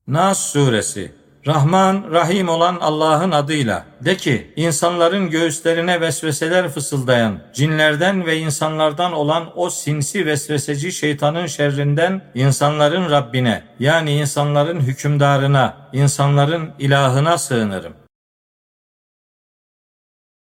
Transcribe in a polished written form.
Nas Suresi. Rahman, Rahim olan Allah'ın adıyla. De ki, insanların göğüslerine vesveseler fısıldayan, cinlerden ve insanlardan olan o sinsi vesveseci şeytanın şerrinden insanların Rabbine, yani insanların hükümdarına, insanların ilahına sığınırım.